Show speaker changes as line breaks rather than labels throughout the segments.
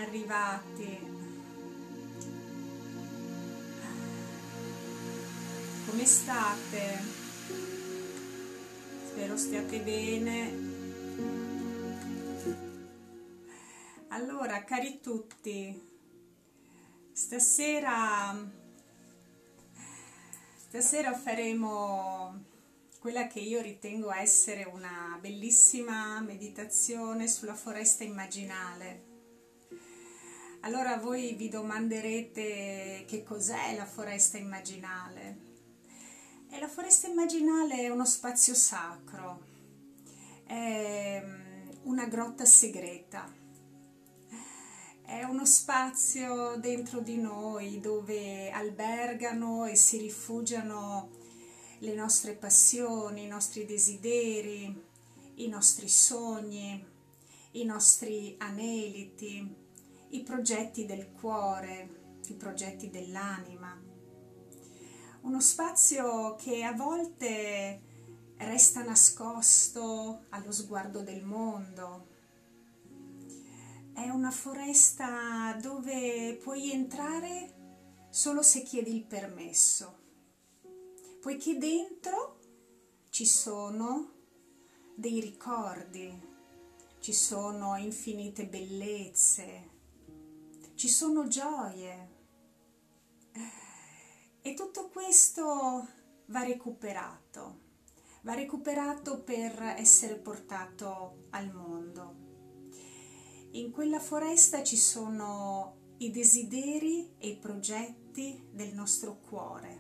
arrivati. Come state? Spero stiate bene. Allora, cari tutti, stasera faremo quella che io ritengo essere una bellissima meditazione sulla foresta immaginale. Allora voi vi domanderete che cos'è la foresta immaginale? E la foresta immaginale è uno spazio sacro, è una grotta segreta, è uno spazio dentro di noi dove albergano e si rifugiano le nostre passioni, i nostri desideri, i nostri sogni, i nostri aneliti, i progetti del cuore, i progetti dell'anima. Uno spazio che a volte resta nascosto allo sguardo del mondo. È una foresta dove puoi entrare solo se chiedi il permesso, poiché dentro ci sono dei ricordi, ci sono infinite bellezze, ci sono gioie. E tutto questo va recuperato per essere portato al mondo. In quella foresta ci sono i desideri e i progetti del nostro cuore.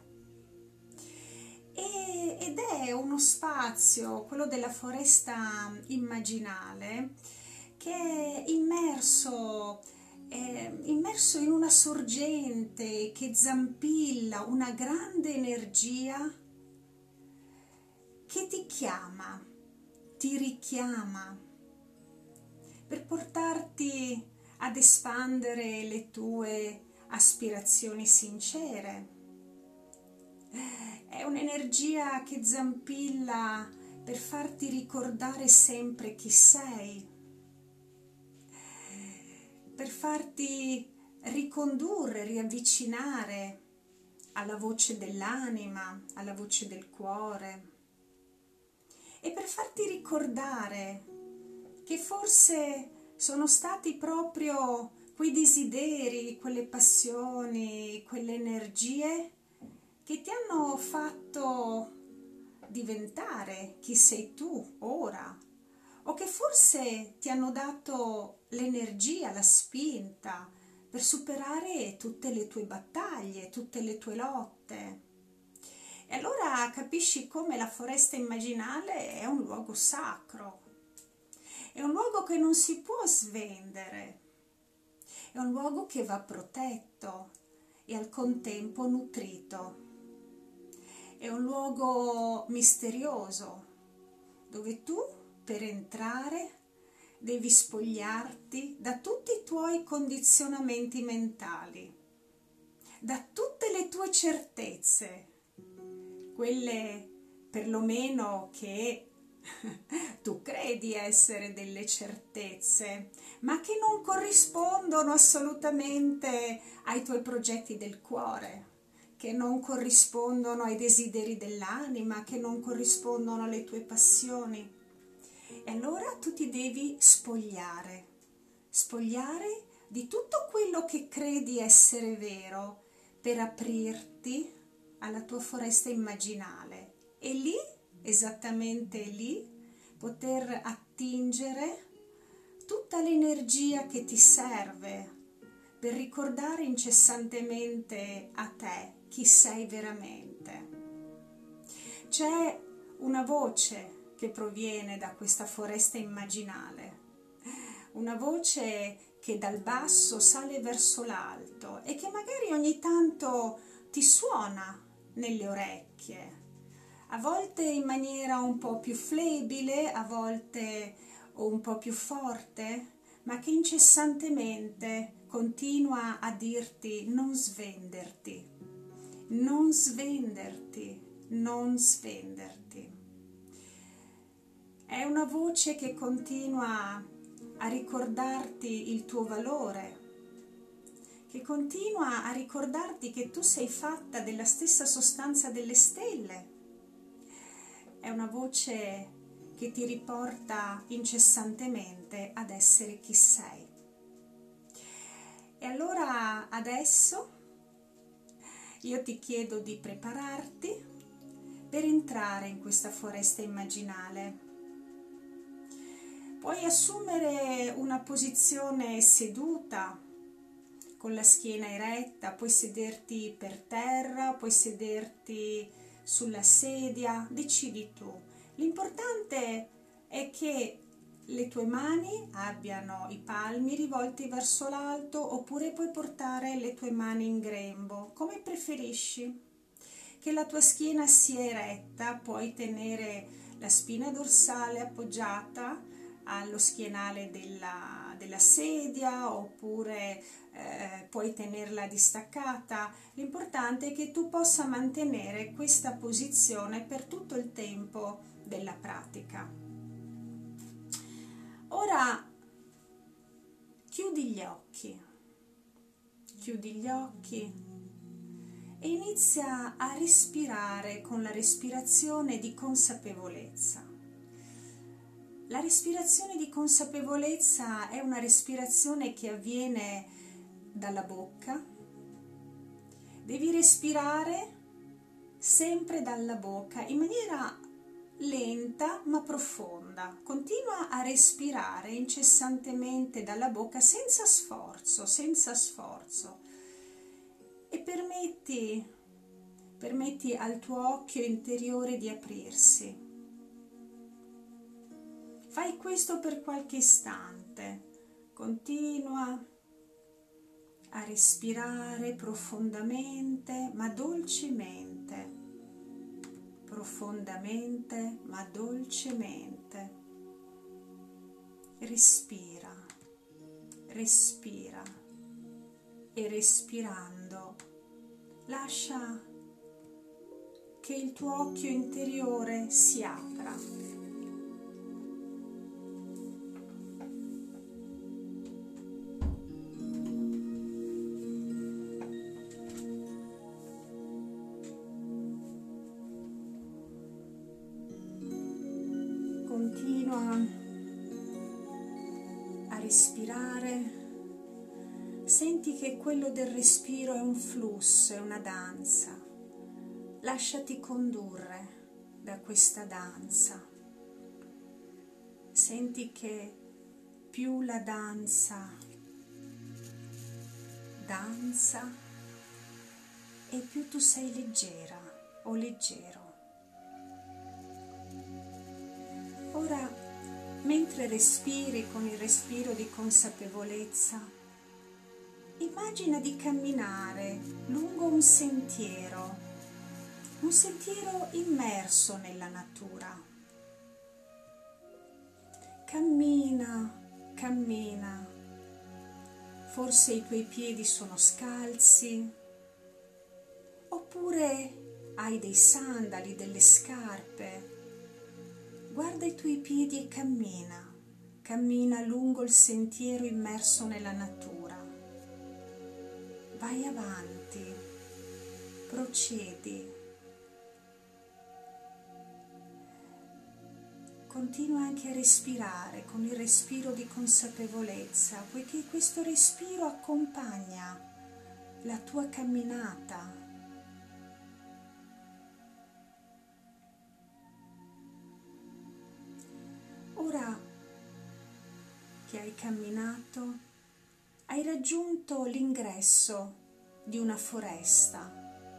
Ed è uno spazio, quello della foresta immaginale, che è immerso in una sorgente che zampilla una grande energia che ti chiama, ti richiama per portarti ad espandere le tue aspirazioni sincere. È un'energia che zampilla per farti ricordare sempre chi sei, per farti ricondurre, riavvicinare alla voce dell'anima, alla voce del cuore e per farti ricordare che forse sono stati proprio quei desideri, quelle passioni, quelle energie che ti hanno fatto diventare chi sei tu ora, o che forse ti hanno dato l'energia, la spinta per superare tutte le tue battaglie, tutte le tue lotte. E allora capisci come la foresta immaginale è un luogo sacro, è un luogo che non si può svendere, è un luogo che va protetto e al contempo nutrito. È un luogo misterioso dove tu per entrare devi spogliarti da tutti i tuoi condizionamenti mentali, da tutte le tue certezze, quelle perlomeno che tu credi essere delle certezze, ma che non corrispondono assolutamente ai tuoi progetti del cuore, che non corrispondono ai desideri dell'anima, che non corrispondono alle tue passioni. E allora tu ti devi spogliare di tutto quello che credi essere vero per aprirti alla tua foresta immaginale e lì, esattamente lì, poter attingere tutta l'energia che ti serve per ricordare incessantemente a te chi sei veramente. C'è una voce che proviene da questa foresta immaginale, una voce che dal basso sale verso l'alto e che magari ogni tanto ti suona nelle orecchie, a volte in maniera un po' più flebile, a volte un po' più forte, ma che incessantemente continua a dirti non svenderti, non svenderti, non svenderti. È una voce che continua a ricordarti il tuo valore, che continua a ricordarti che tu sei fatta della stessa sostanza delle stelle. È una voce che ti riporta incessantemente ad essere chi sei. E allora adesso io ti chiedo di prepararti per entrare in questa foresta immaginale. Puoi assumere una posizione seduta con la schiena eretta, puoi sederti per terra, puoi sederti sulla sedia, decidi tu. L'importante è che le tue mani abbiano i palmi rivolti verso l'alto, oppure puoi portare le tue mani in grembo, come preferisci. Che la tua schiena sia eretta, puoi tenere la spina dorsale appoggiata allo schienale della sedia, oppure puoi tenerla distaccata. L'importante è che tu possa mantenere questa posizione per tutto il tempo della pratica. Ora chiudi gli occhi e inizia a respirare con la respirazione di consapevolezza. La respirazione di consapevolezza è una respirazione che avviene dalla bocca. Devi respirare sempre dalla bocca in maniera lenta ma profonda. Continua a respirare incessantemente dalla bocca senza sforzo e permetti al tuo occhio interiore di aprirsi. Fai questo per qualche istante. Continua a respirare profondamente ma dolcemente. Profondamente ma dolcemente. Respira e respirando lascia che il tuo occhio interiore si apra. Continua a respirare, senti che quello del respiro è un flusso, è una danza. Lasciati condurre da questa danza. Senti che più la danza e più tu sei leggera o leggero. Ora, mentre respiri con il respiro di consapevolezza, immagina di camminare lungo un sentiero immerso nella natura. Cammina, forse i tuoi piedi sono scalzi, oppure hai dei sandali, delle scarpe. Guarda i tuoi piedi e cammina lungo il sentiero immerso nella natura. Vai avanti, procedi. Continua anche a respirare con il respiro di consapevolezza, poiché questo respiro accompagna la tua camminata. Ora che hai camminato, hai raggiunto l'ingresso di una foresta.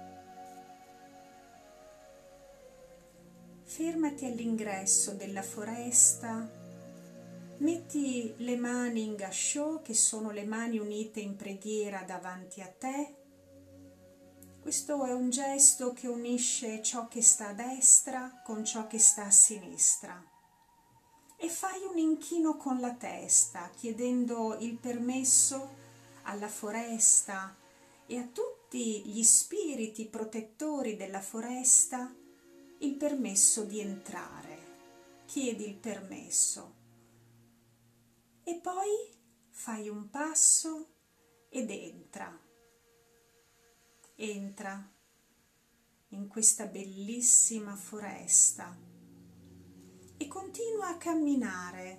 Fermati all'ingresso della foresta, metti le mani in gâchot, che sono le mani unite in preghiera davanti a te. Questo è un gesto che unisce ciò che sta a destra con ciò che sta a sinistra. E fai un inchino con la testa, chiedendo il permesso alla foresta e a tutti gli spiriti protettori della foresta il permesso di entrare. Chiedi il permesso e poi fai un passo ed entra. entra in questa bellissima foresta e continua a camminare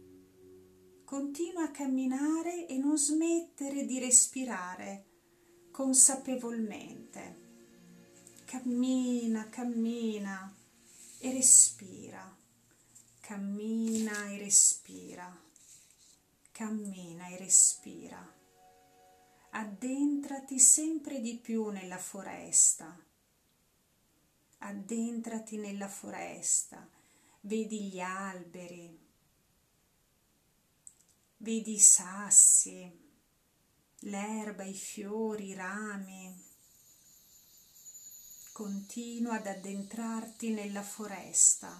e non smettere di respirare consapevolmente. Cammina e respira, cammina e respira, cammina e respira. Addentrati sempre di più nella foresta, addentrati nella foresta, vedi gli alberi, vedi i sassi, l'erba, i fiori, i rami. Continua ad addentrarti nella foresta.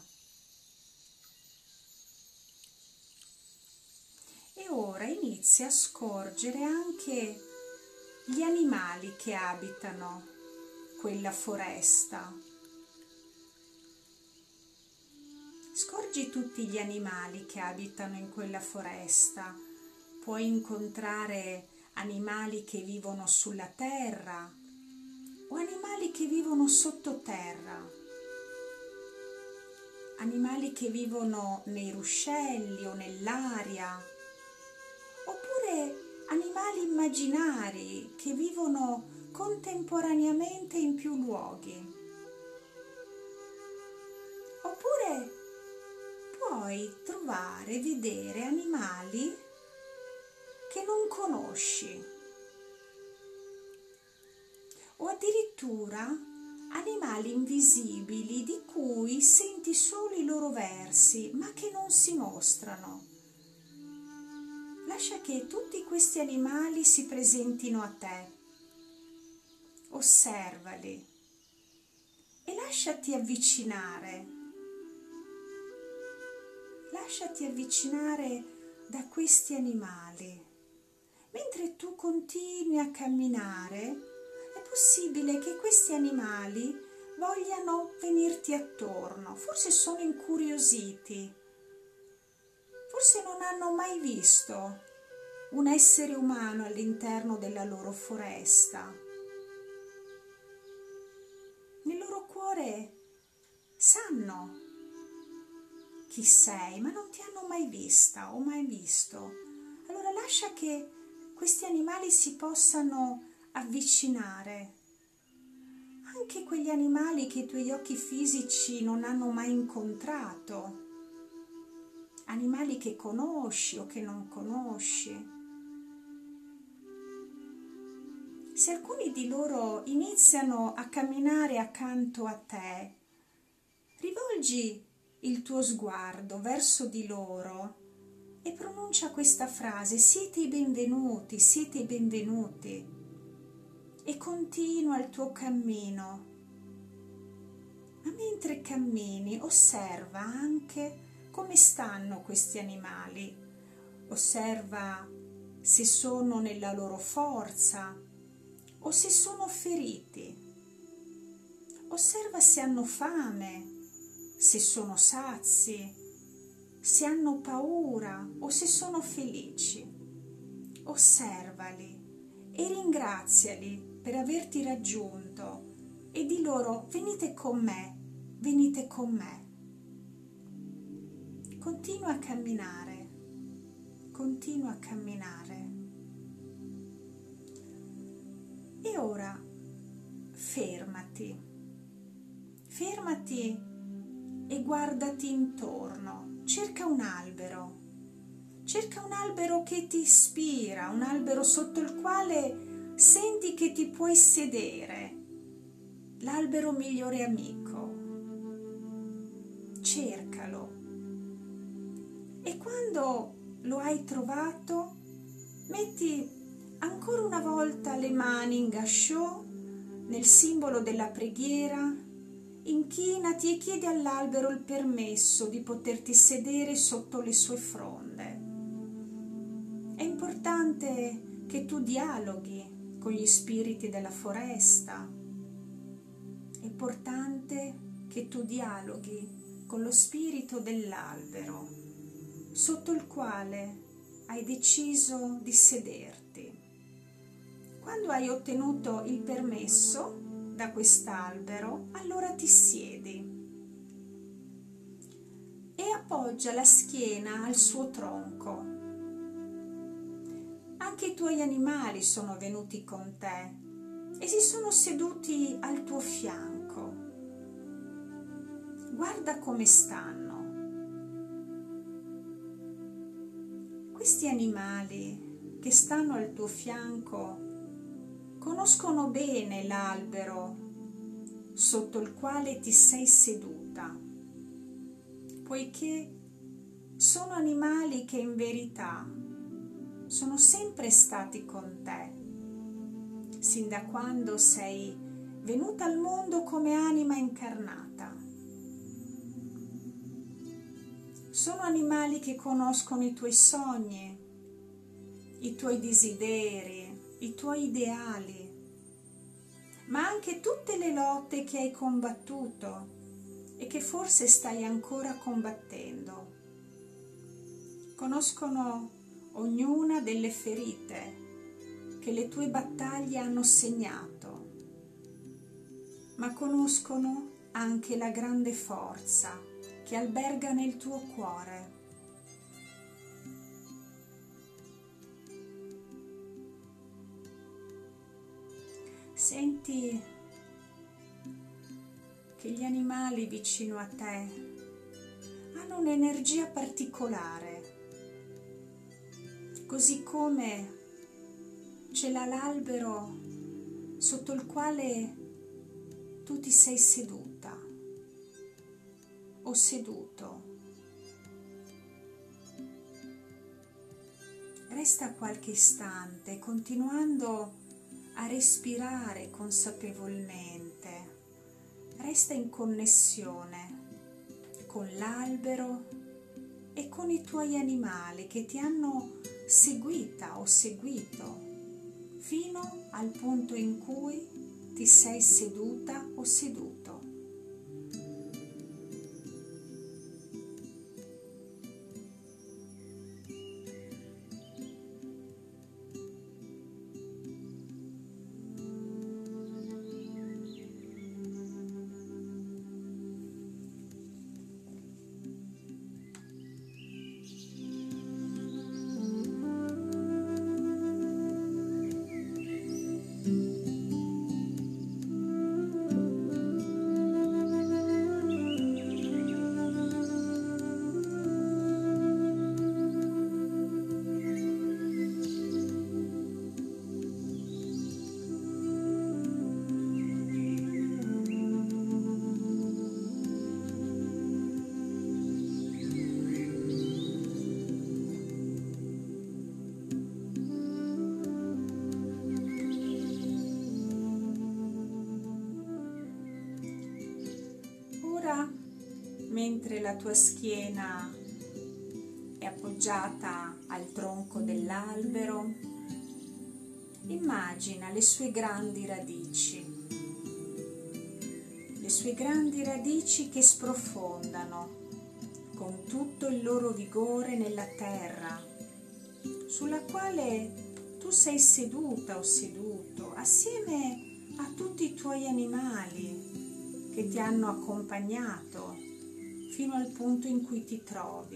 E ora inizia a scorgere anche gli animali che abitano quella foresta. Scorgi tutti gli animali che abitano in quella foresta. Puoi incontrare animali che vivono sulla terra o animali che vivono sottoterra, animali che vivono nei ruscelli o nell'aria, oppure animali immaginari che vivono contemporaneamente in più luoghi. Oppure puoi trovare, vedere animali che non conosci, o addirittura animali invisibili di cui senti solo i loro versi, ma che non si mostrano. Lascia che tutti questi animali si presentino a te, osservali e lasciati avvicinare da questi animali. Mentre tu continui a camminare, è possibile che questi animali vogliano venirti attorno, forse sono incuriositi, forse non hanno mai visto un essere umano all'interno della loro foresta. Nel loro cuore sanno chi sei, ma non ti hanno mai vista o mai visto. Allora lascia che questi animali si possano avvicinare, anche quegli animali che i tuoi occhi fisici non hanno mai incontrato, animali che conosci o che non conosci. Se alcuni di loro iniziano a camminare accanto a te, rivolgi il tuo sguardo verso di loro e pronuncia questa frase: siete i benvenuti, siete i benvenuti. E continua il tuo cammino. Ma mentre cammini, osserva anche come stanno questi animali. Osserva se sono nella loro forza o se sono feriti. Osserva se hanno fame, se sono sazi, se hanno paura o se sono felici. Osservali e ringraziali per averti raggiunto e di loro: venite con me, venite con me. Continua a camminare, continua a camminare. E ora fermati e guardati intorno. Cerca un albero che ti ispira, un albero sotto il quale senti che ti puoi sedere, l'albero migliore amico. Cercalo e quando lo hai trovato, metti ancora una volta le mani in gâchot nel simbolo della preghiera, inchinati e chiedi all'albero il permesso di poterti sedere sotto le sue fronde. È importante che tu dialoghi con gli spiriti della foresta. È importante che tu dialoghi con lo spirito dell'albero sotto il quale hai deciso di sederti. Quando hai ottenuto il permesso da quest'albero, allora ti siedi e appoggia la schiena al suo tronco. Anche i tuoi animali sono venuti con te e si sono seduti al tuo fianco. Guarda come stanno. Questi animali che stanno al tuo fianco conoscono bene l'albero sotto il quale ti sei seduta, poiché sono animali che in verità sono sempre stati con te, sin da quando sei venuta al mondo come anima incarnata. Sono animali che conoscono i tuoi sogni, i tuoi desideri, i tuoi ideali, ma anche tutte le lotte che hai combattuto e che forse stai ancora combattendo. Conoscono ognuna delle ferite che le tue battaglie hanno segnato, ma conoscono anche la grande forza che alberga nel tuo cuore. Senti che gli animali vicino a te hanno un'energia particolare, così come ce l'ha l'albero sotto il quale tu ti sei seduta o seduto. Resta qualche istante continuando a respirare consapevolmente, resta in connessione con l'albero e con i tuoi animali che ti hanno seguita o seguito fino al punto in cui ti sei seduta o seduto. Mentre la tua schiena è appoggiata al tronco dell'albero, immagina le sue grandi radici che sprofondano con tutto il loro vigore nella terra, sulla quale tu sei seduta o seduto assieme a tutti i tuoi animali che ti hanno accompagnato fino al punto in cui ti trovi.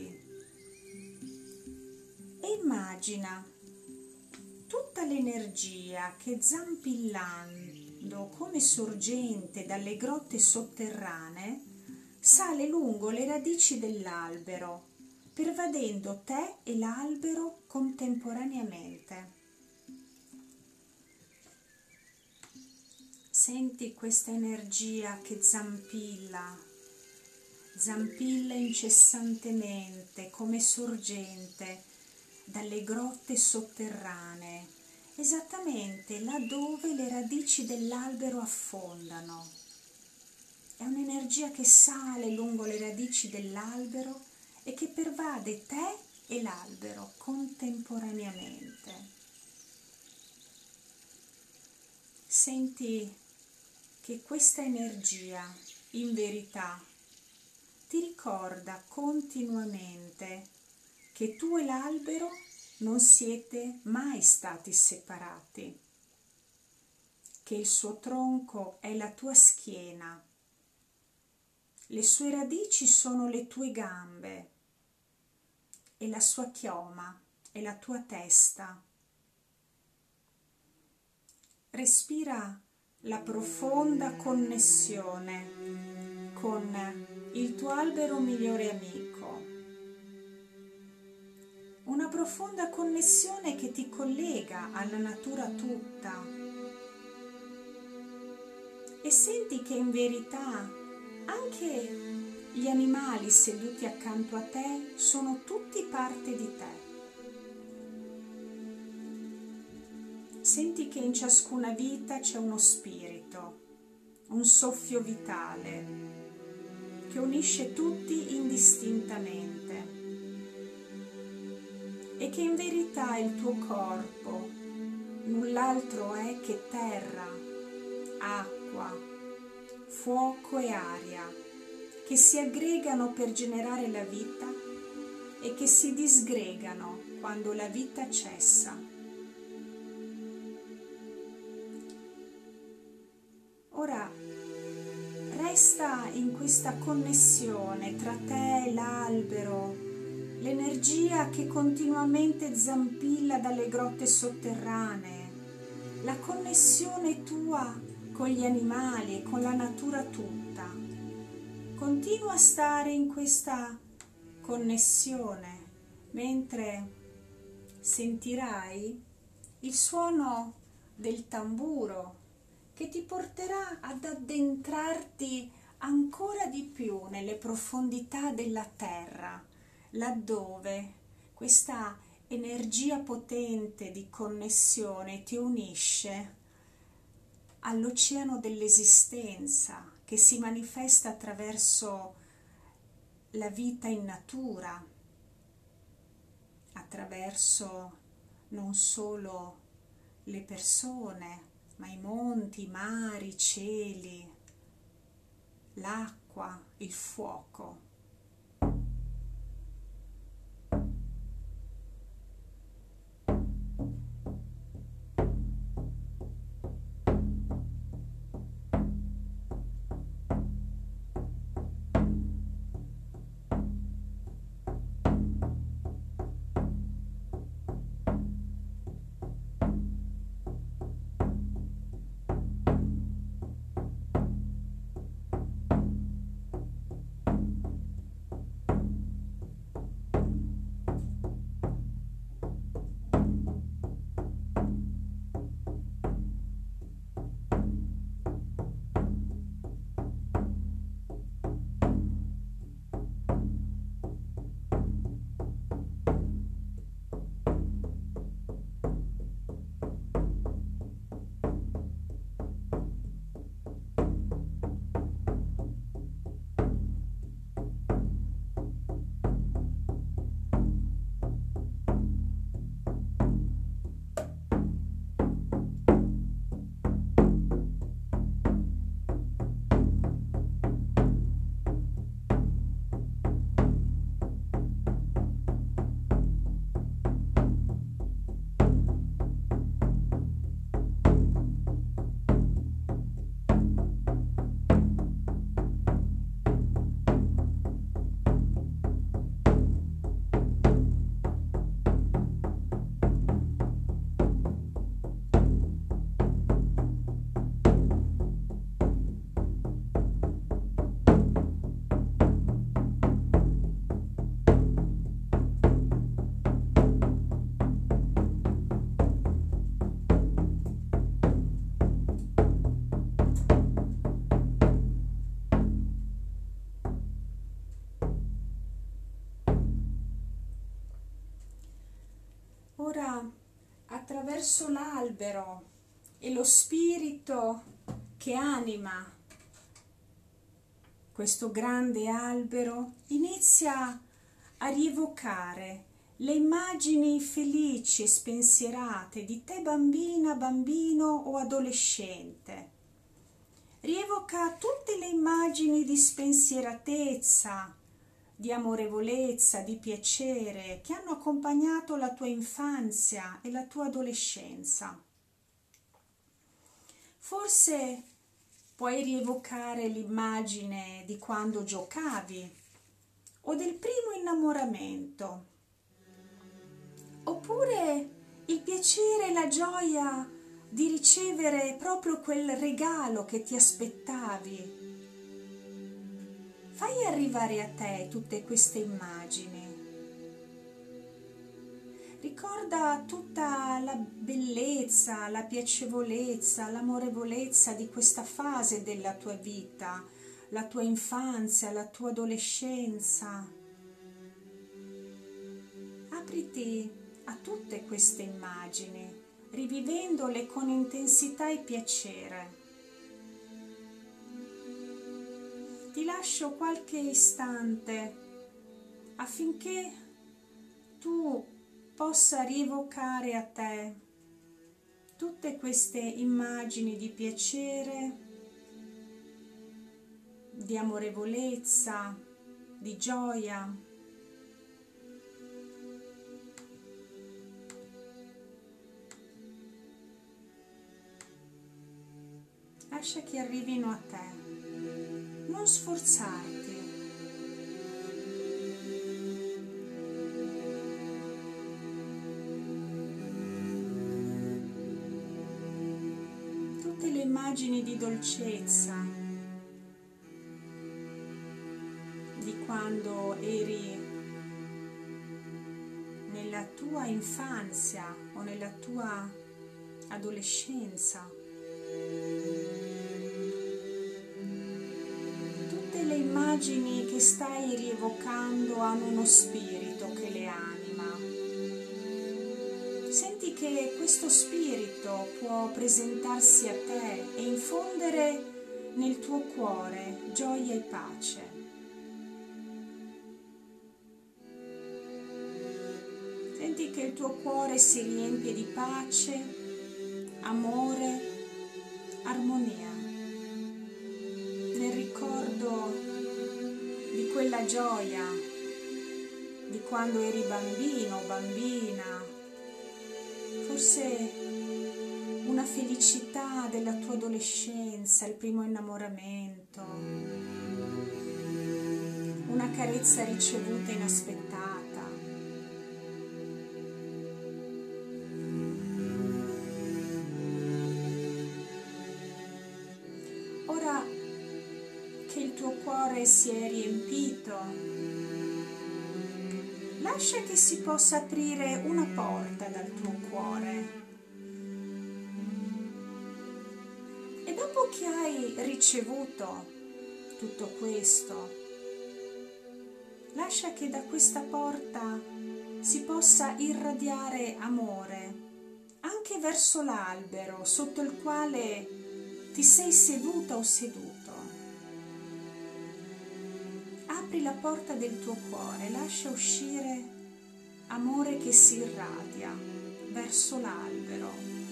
E immagina tutta l'energia che zampillando come sorgente dalle grotte sotterranee sale lungo le radici dell'albero, pervadendo te e l'albero contemporaneamente. Senti questa energia che zampilla incessantemente come sorgente dalle grotte sotterranee, esattamente laddove le radici dell'albero affondano. È un'energia che sale lungo le radici dell'albero e che pervade te e l'albero contemporaneamente. Senti che questa energia, in verità, ti ricorda continuamente che tu e l'albero non siete mai stati separati, che il suo tronco è la tua schiena, le sue radici sono le tue gambe e la sua chioma è la tua testa. Respira la profonda connessione con il tuo albero migliore amico, una profonda connessione che ti collega alla natura tutta, e senti che in verità anche gli animali seduti accanto a te sono tutti parte di te. Senti che in ciascuna vita c'è uno spirito, un soffio vitale che unisce tutti indistintamente, e che in verità il tuo corpo null'altro è che terra, acqua, fuoco e aria, che si aggregano per generare la vita e che si disgregano quando la vita cessa. Ora resta in questa connessione tra te e l'albero, l'energia che continuamente zampilla dalle grotte sotterranee, la connessione tua con gli animali e con la natura tutta. Continua a stare in questa connessione mentre sentirai il suono del tamburo che ti porterà ad addentrarti ancora di più nelle profondità della terra, laddove questa energia potente di connessione ti unisce all'oceano dell'esistenza che si manifesta attraverso la vita in natura, attraverso non solo le persone, ma i monti, i mari, i cieli, l'acqua, il fuoco. Ora, attraverso l'albero e lo spirito che anima questo grande albero, inizia a rievocare le immagini felici e spensierate di te bambina, bambino o adolescente. Rievoca tutte le immagini di spensieratezza, di amorevolezza, di piacere che hanno accompagnato la tua infanzia e la tua adolescenza. Forse puoi rievocare l'immagine di quando giocavi o del primo innamoramento, oppure il piacere e la gioia di ricevere proprio quel regalo che ti aspettavi. Fai arrivare a te tutte queste immagini. Ricorda tutta la bellezza, la piacevolezza, l'amorevolezza di questa fase della tua vita, la tua infanzia, la tua adolescenza. Apriti a tutte queste immagini, rivivendole con intensità e piacere. Ti lascio qualche istante affinché tu possa rievocare a te tutte queste immagini di piacere, di amorevolezza, di gioia. Lascia che arrivino a te, non sforzarti. Tutte le immagini di dolcezza, di quando eri nella tua infanzia o nella tua adolescenza. Tutte le immagini che stai rievocando hanno uno spirito che le anima. Senti che questo spirito può presentarsi a te e infondere nel tuo cuore gioia e pace. Senti che il tuo cuore si riempie di pace, amore, armonia, nel ricordo di quella gioia, di quando eri bambino, bambina, forse una felicità della tua adolescenza, il primo innamoramento, una carezza ricevuta inaspettata. Ora che il tuo cuore si è riempito, lascia che si possa aprire una porta dal tuo cuore. E dopo che hai ricevuto tutto questo, lascia che da questa porta si possa irradiare amore, anche verso l'albero sotto il quale ti sei seduta o seduto. Apri la porta del tuo cuore, lascia uscire amore che si irradia verso l'albero.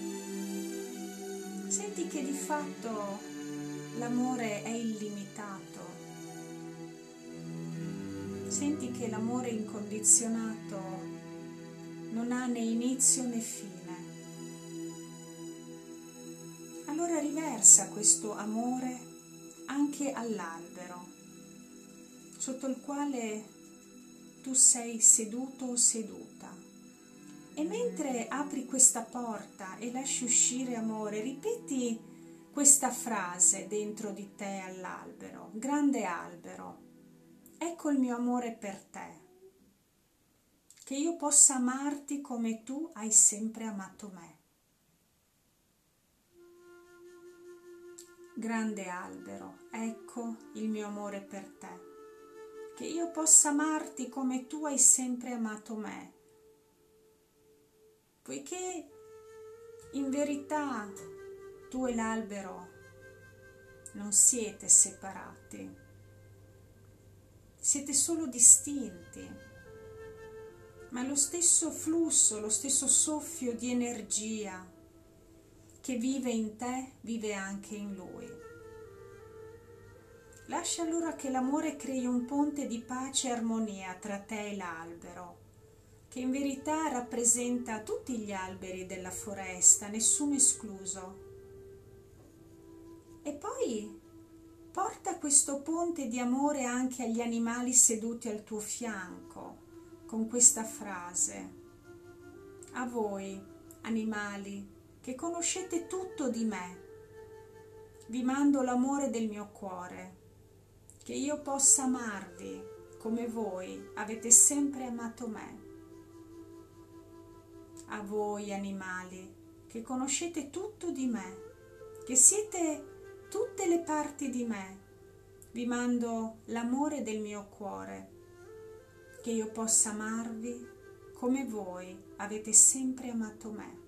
Senti che di fatto l'amore è illimitato. Senti che l'amore incondizionato non ha né inizio né fine. Allora riversa questo amore anche all'albero, sotto il quale tu sei seduto o seduta. E mentre apri questa porta e lasci uscire amore, ripeti questa frase dentro di te all'albero: grande albero, ecco il mio amore per te, che io possa amarti come tu hai sempre amato me. Grande albero, ecco il mio amore per te, che io possa amarti come tu hai sempre amato me, poiché in verità tu e l'albero non siete separati, siete solo distinti, ma lo stesso flusso, lo stesso soffio di energia che vive in te, vive anche in lui. Lascia allora che l'amore crei un ponte di pace e armonia tra te e l'albero, che in verità rappresenta tutti gli alberi della foresta, nessuno escluso. poi porta questo ponte di amore anche agli animali seduti al tuo fianco, con questa frase: a voi, animali, che conoscete tutto di me, vi mando l'amore del mio cuore, che io possa amarvi come voi avete sempre amato me. A voi, animali, che conoscete tutto di me, che siete tutte le parti di me, vi mando l'amore del mio cuore, che io possa amarvi come voi avete sempre amato me.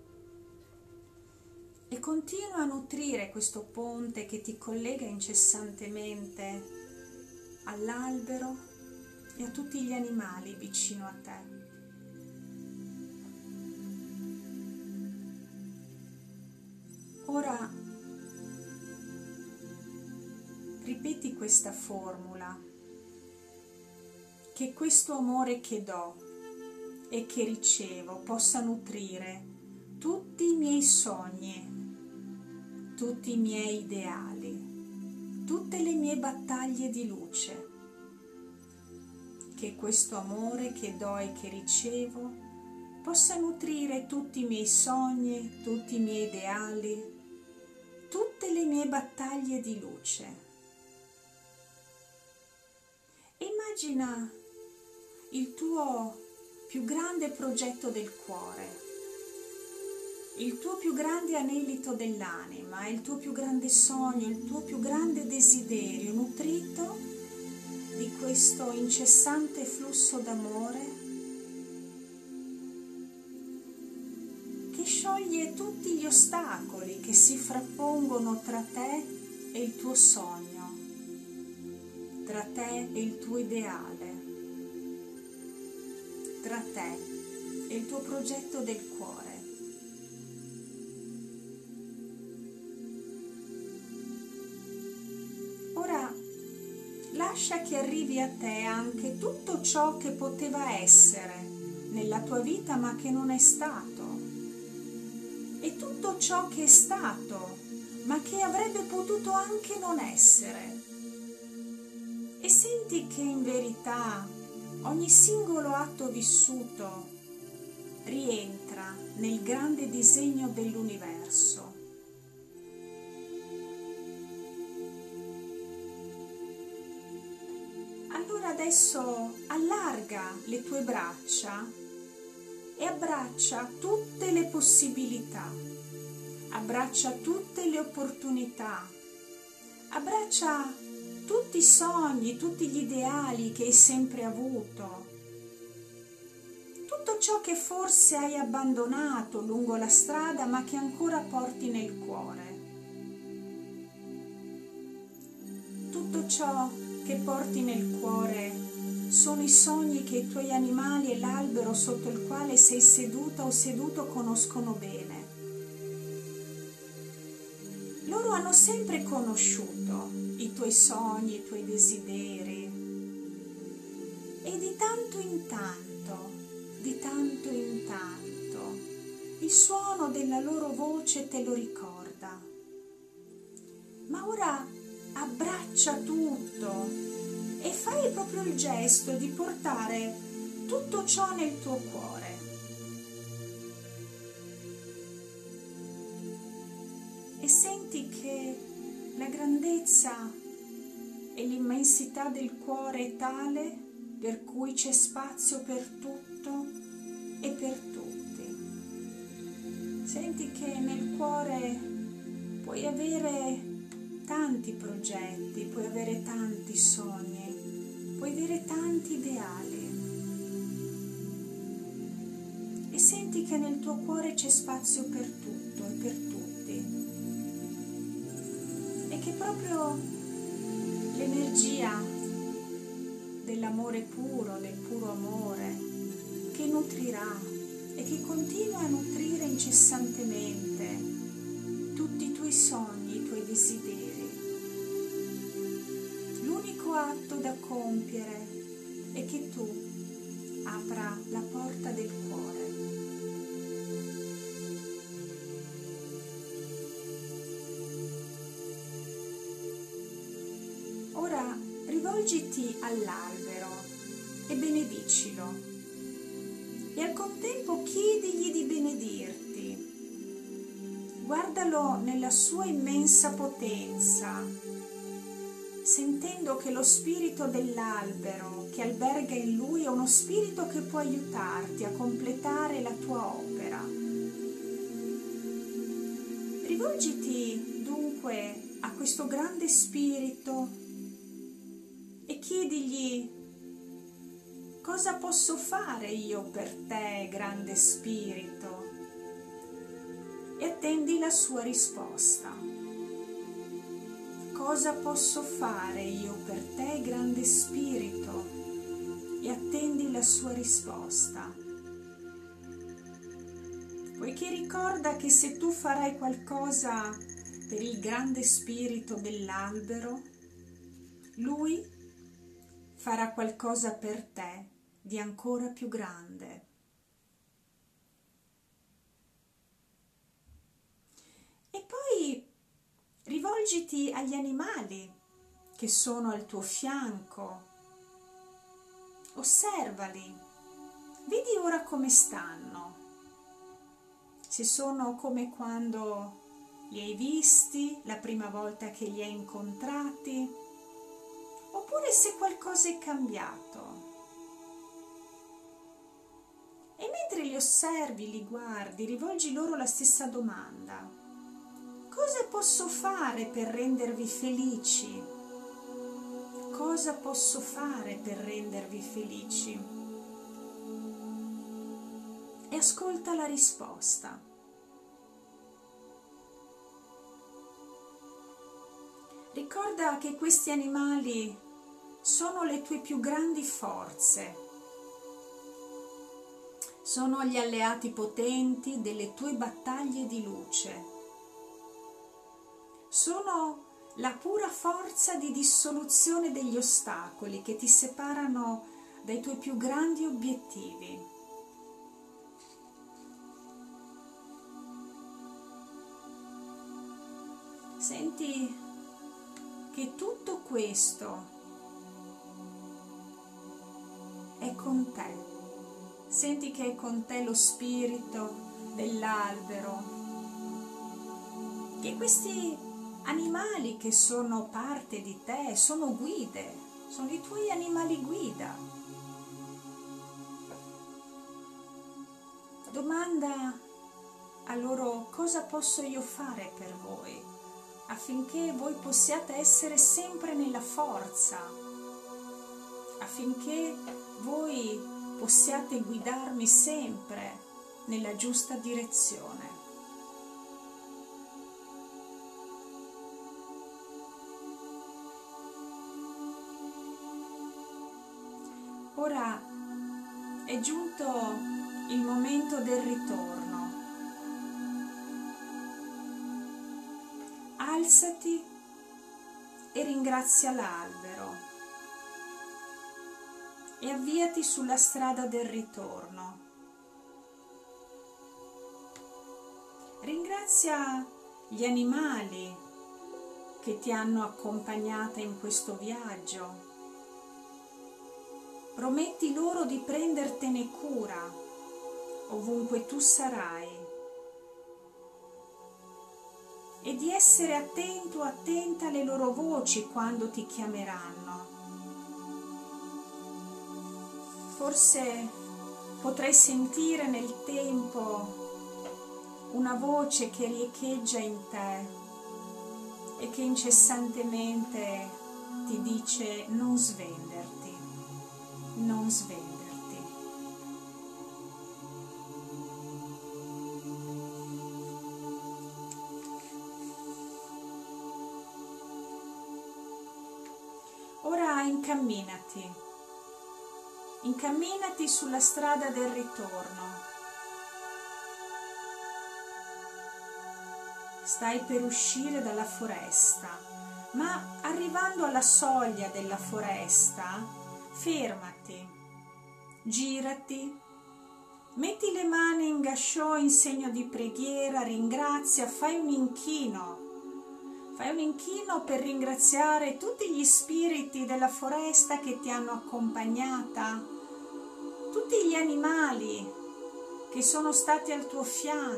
E continua a nutrire questo ponte che ti collega incessantemente all'albero e a tutti gli animali vicino a te. Ora ripeti questa formula: che questo amore che do e che ricevo possa nutrire tutti i miei sogni, tutti i miei ideali, tutte le mie battaglie di luce. Che questo amore che do e che ricevo possa nutrire tutti i miei sogni, tutti i miei ideali, tutte le mie battaglie di luce. E immagina il tuo più grande progetto del cuore, il tuo più grande anelito dell'anima, il tuo più grande sogno, il tuo più grande desiderio nutrito di questo incessante flusso d'amore che scioglie tutti gli ostacoli che si frappongono tra te e il tuo sogno, tra te e il tuo ideale, tra te e il tuo progetto del cuore. Ora lascia che arrivi a te anche tutto ciò che poteva essere nella tua vita ma che non è stato, e tutto ciò che è stato ma che avrebbe potuto anche non essere. E senti che in verità ogni singolo atto vissuto rientra nel grande disegno dell'universo. Allora adesso allarga le tue braccia e abbraccia tutte le possibilità, abbraccia tutte le opportunità, abbraccia tutti i sogni, tutti gli ideali che hai sempre avuto, tutto ciò che forse hai abbandonato lungo la strada ma che ancora porti nel cuore, tutto ciò che porti nel cuore sono i sogni che i tuoi animali e l'albero sotto il quale sei seduta o seduto conoscono bene. Loro hanno sempre conosciuto i tuoi sogni, i tuoi desideri, e di tanto in tanto, il suono della loro voce te lo ricorda. Ma ora abbraccia tutto e fai proprio il gesto di portare tutto ciò nel tuo cuore. E senti che la grandezza e l'immensità del cuore è tale per cui c'è spazio per tutto e per tutti. Senti che nel cuore puoi avere tanti progetti, puoi avere tanti sogni, puoi avere tanti ideali. E senti che nel tuo cuore c'è spazio per tutto e per tutti. E che proprio l'energia dell'amore puro, del puro amore, che nutrirà e che continua a nutrire incessantemente tutti i tuoi sogni, i tuoi desideri. L'unico atto da compiere è che tu apra la porta del cuore. rivolgiti all'albero e benedicilo, e al contempo chiedigli di benedirti. Guardalo nella sua immensa potenza, sentendo che lo spirito dell'albero che alberga in lui è uno spirito che può aiutarti a completare la tua opera. Rivolgiti dunque a questo grande spirito e chiedigli: cosa posso fare io per te, grande spirito? E attendi la sua risposta. Cosa posso fare io per te, grande spirito? E attendi la sua risposta. Poiché ricorda che se tu farai qualcosa per il grande spirito dell'albero, lui farà qualcosa per te di ancora più grande. E poi rivolgiti agli animali che sono al tuo fianco. Osservali, vedi ora come stanno. Se sono come quando li hai visti la prima volta che li hai incontrati, oppure se qualcosa è cambiato. E mentre li osservi, li guardi, rivolgi loro la stessa domanda: cosa posso fare per rendervi felici? Cosa posso fare per rendervi felici? E ascolta la risposta. Ricorda che questi animali sono le tue più grandi forze, sono gli alleati potenti delle tue battaglie di luce, sono la pura forza di dissoluzione degli ostacoli che ti separano dai tuoi più grandi obiettivi. Senti che tutto questo è con te. Senti che è con te lo spirito dell'albero, che questi animali che sono parte di te sono guide, sono i tuoi animali guida. Domanda a loro: cosa posso io fare per voi, affinché voi possiate essere sempre nella forza, affinché voi possiate guidarmi sempre nella giusta direzione. Ora è giunto il momento del ritorno. Alzati e ringrazia l'albero e avviati sulla strada del ritorno. Ringrazia gli animali che ti hanno accompagnata in questo viaggio. Prometti loro di prendertene cura ovunque tu sarai e di essere attento o attenta alle loro voci quando ti chiameranno. Forse potrai sentire nel tempo una voce che riecheggia in te e che incessantemente ti dice: non svenderti, non svenderti. Ora incamminati sulla strada del ritorno. Stai per uscire dalla foresta, ma arrivando alla soglia della foresta, fermati, girati, metti le mani in gâchot in segno di preghiera, ringrazia, fai un inchino, Fai un inchino per ringraziare tutti gli spiriti della foresta che ti hanno accompagnata, tutti gli animali che sono stati al tuo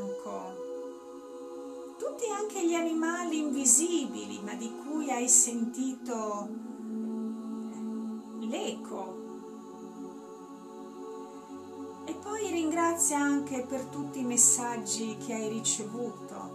fianco, tutti anche gli animali invisibili, ma di cui hai sentito l'eco. E poi ringrazia anche per tutti i messaggi che hai ricevuto.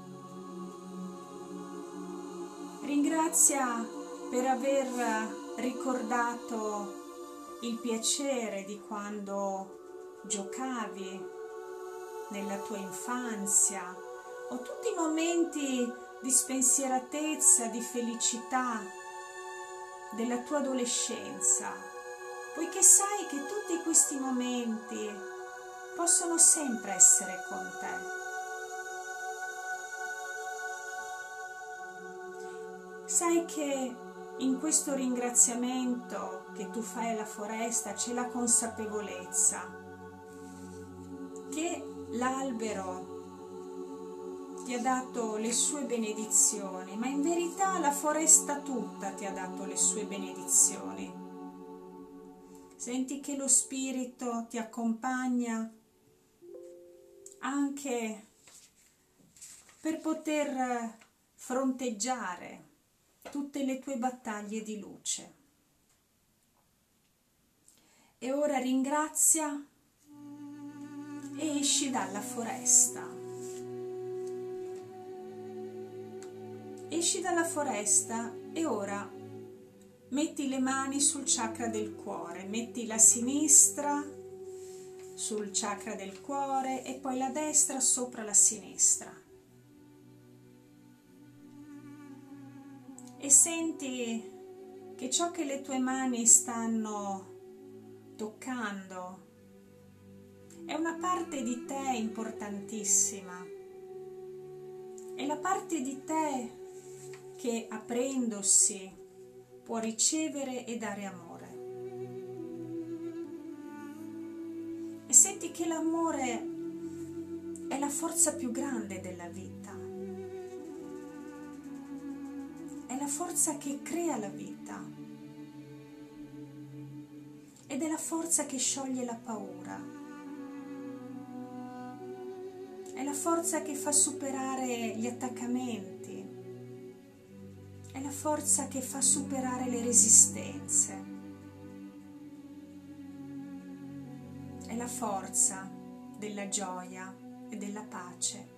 Ringrazia per aver ricordato il piacere di quando giocavi nella tua infanzia o tutti i momenti di spensieratezza, di felicità della tua adolescenza, poiché sai che tutti questi momenti possono sempre essere con te. Sai che in questo ringraziamento che tu fai alla foresta c'è la consapevolezza che l'albero ti ha dato le sue benedizioni, ma in verità la foresta tutta ti ha dato le sue benedizioni. Senti che lo spirito ti accompagna anche per poter fronteggiare tutte le tue battaglie di luce. E ora ringrazia e esci dalla foresta. Esci dalla foresta e ora metti le mani sul chakra del cuore, metti la sinistra sul chakra del cuore e poi la destra sopra la sinistra. E senti che ciò che le tue mani stanno toccando è una parte di te importantissima. È la parte di te che, aprendosi, può ricevere e dare amore. E senti che l'amore è la forza più grande della vita. È la forza che crea la vita ed è la forza che scioglie la paura, è la forza che fa superare gli attaccamenti, è la forza che fa superare le resistenze, è la forza della gioia e della pace.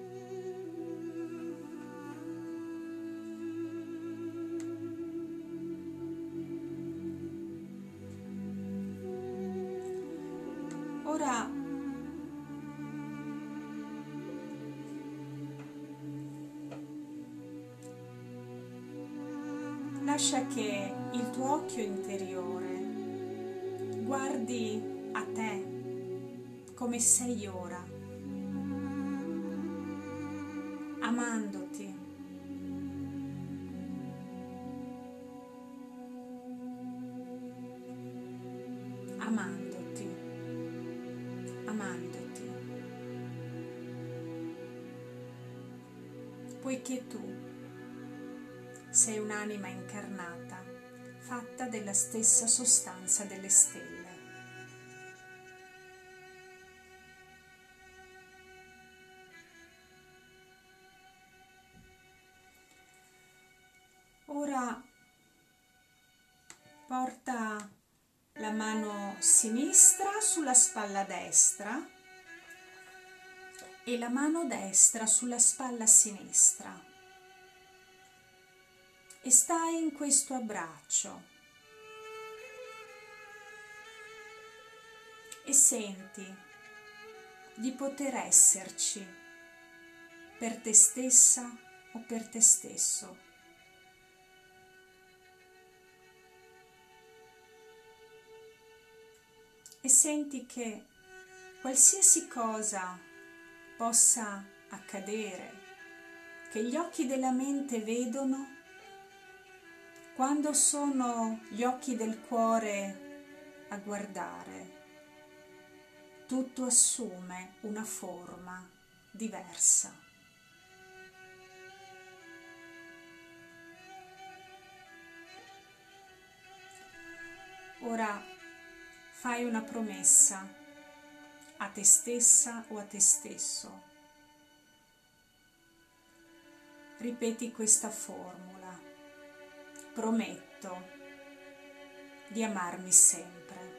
Ora lascia che il tuo occhio interiore guardi a te come sei ora, amandoti, amandoti, amandoti, poiché tu sei un'anima incarnata, fatta della stessa sostanza delle stelle. Ora porta la mano sinistra sulla spalla destra e la mano destra sulla spalla sinistra e stai in questo abbraccio e senti di poter esserci per te stessa o per te stesso. E senti che qualsiasi cosa possa accadere, che gli occhi della mente vedono, quando sono gli occhi del cuore a guardare, tutto assume una forma diversa. Ora fai una promessa a te stessa o a te stesso. Ripeti questa formula: prometto di amarmi sempre.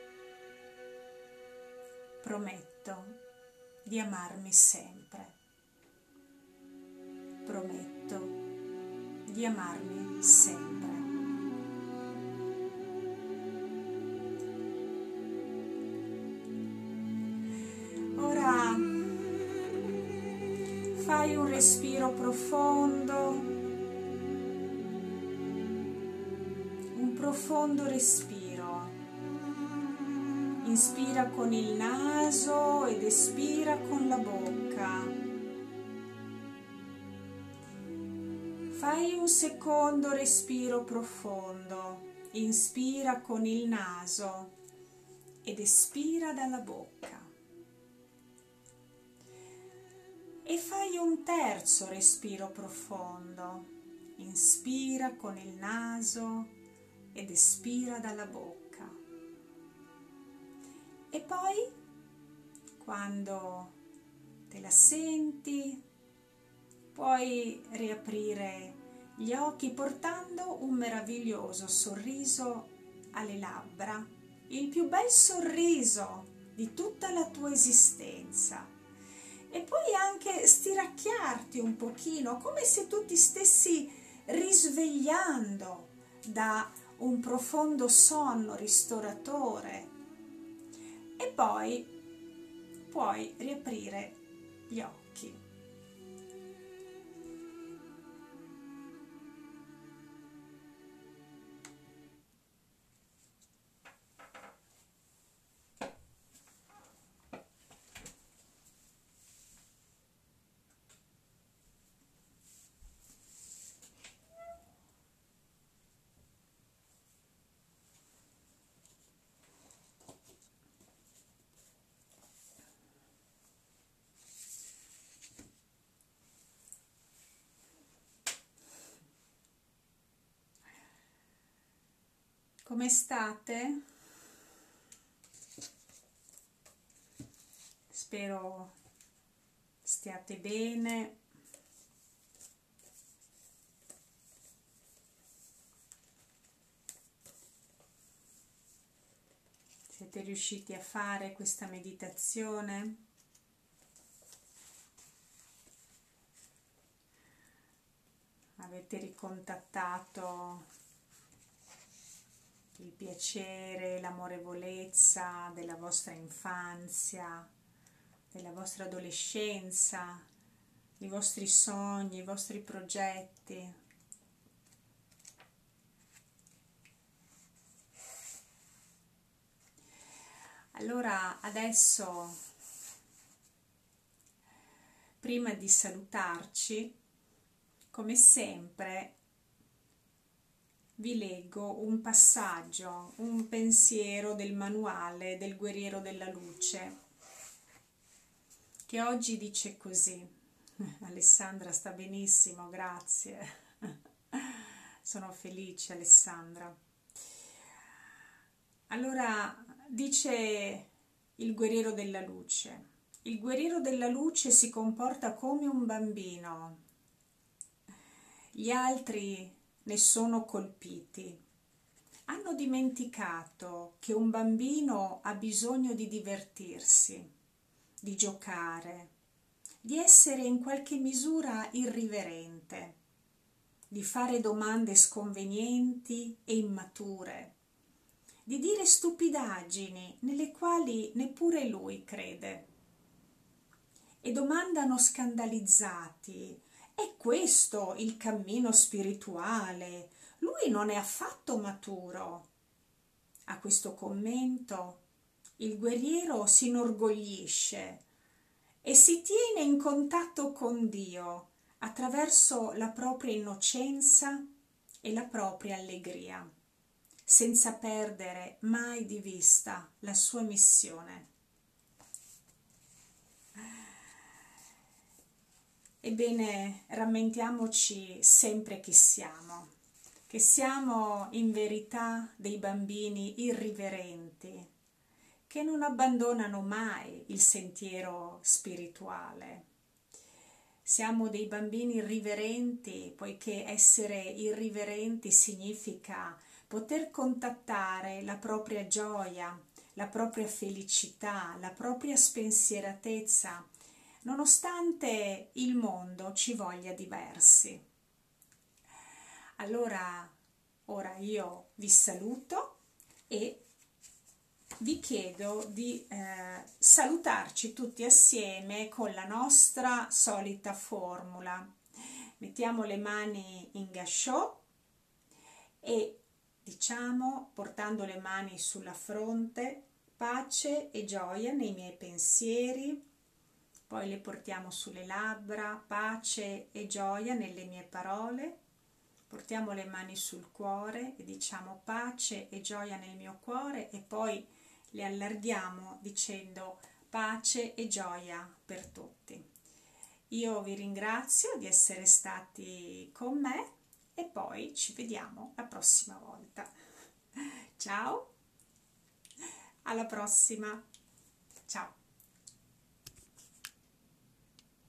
Prometto di amarmi sempre. Prometto di amarmi sempre. Ora fai un respiro profondo, un profondo respiro. Inspira con il naso ed espira con la bocca. Fai un secondo respiro profondo. Inspira con il naso ed espira dalla bocca. E fai un terzo respiro profondo. Inspira con il naso ed espira dalla bocca. E poi, quando te la senti, puoi riaprire gli occhi portando un meraviglioso sorriso alle labbra, il più bel sorriso di tutta la tua esistenza. E puoi anche stiracchiarti un pochino, come se tu ti stessi risvegliando da un profondo sonno ristoratore. E poi puoi riaprire gli occhi. Come state? Spero stiate bene. Siete riusciti a fare questa meditazione? Avete ricontattato il piacere, l'amorevolezza della vostra infanzia, della vostra adolescenza, i vostri sogni, i vostri progetti. Allora, adesso, prima di salutarci, come sempre, vi leggo un passaggio, un pensiero del manuale del Guerriero della Luce, che oggi dice così. Alessandra sta benissimo, grazie. Sono felice, Alessandra. Allora, dice il Guerriero della Luce: il Guerriero della Luce si comporta come un bambino. Gli altri ne sono colpiti. Hanno dimenticato che un bambino ha bisogno di divertirsi, di giocare, di essere in qualche misura irriverente, di fare domande sconvenienti e immature, di dire stupidaggini nelle quali neppure lui crede. E domandano scandalizzati: è questo il cammino spirituale? Lui non è affatto maturo. A questo commento il guerriero si inorgoglisce e si tiene in contatto con Dio attraverso la propria innocenza e la propria allegria, senza perdere mai di vista la sua missione. Ebbene, rammentiamoci sempre chi siamo, che siamo in verità dei bambini irriverenti, che non abbandonano mai il sentiero spirituale. Siamo dei bambini irriverenti, poiché essere irriverenti significa poter contattare la propria gioia, la propria felicità, la propria spensieratezza, nonostante il mondo ci voglia diversi. Allora, ora io vi saluto e vi chiedo di salutarci tutti assieme con la nostra solita formula. Mettiamo le mani in gâchot e diciamo, portando le mani sulla fronte, pace e gioia nei miei pensieri. Poi le portiamo sulle labbra, pace e gioia nelle mie parole. Portiamo le mani sul cuore e diciamo pace e gioia nel mio cuore, e poi le allarghiamo dicendo pace e gioia per tutti. Io vi ringrazio di essere stati con me e poi ci vediamo la prossima volta. Ciao, alla prossima, ciao.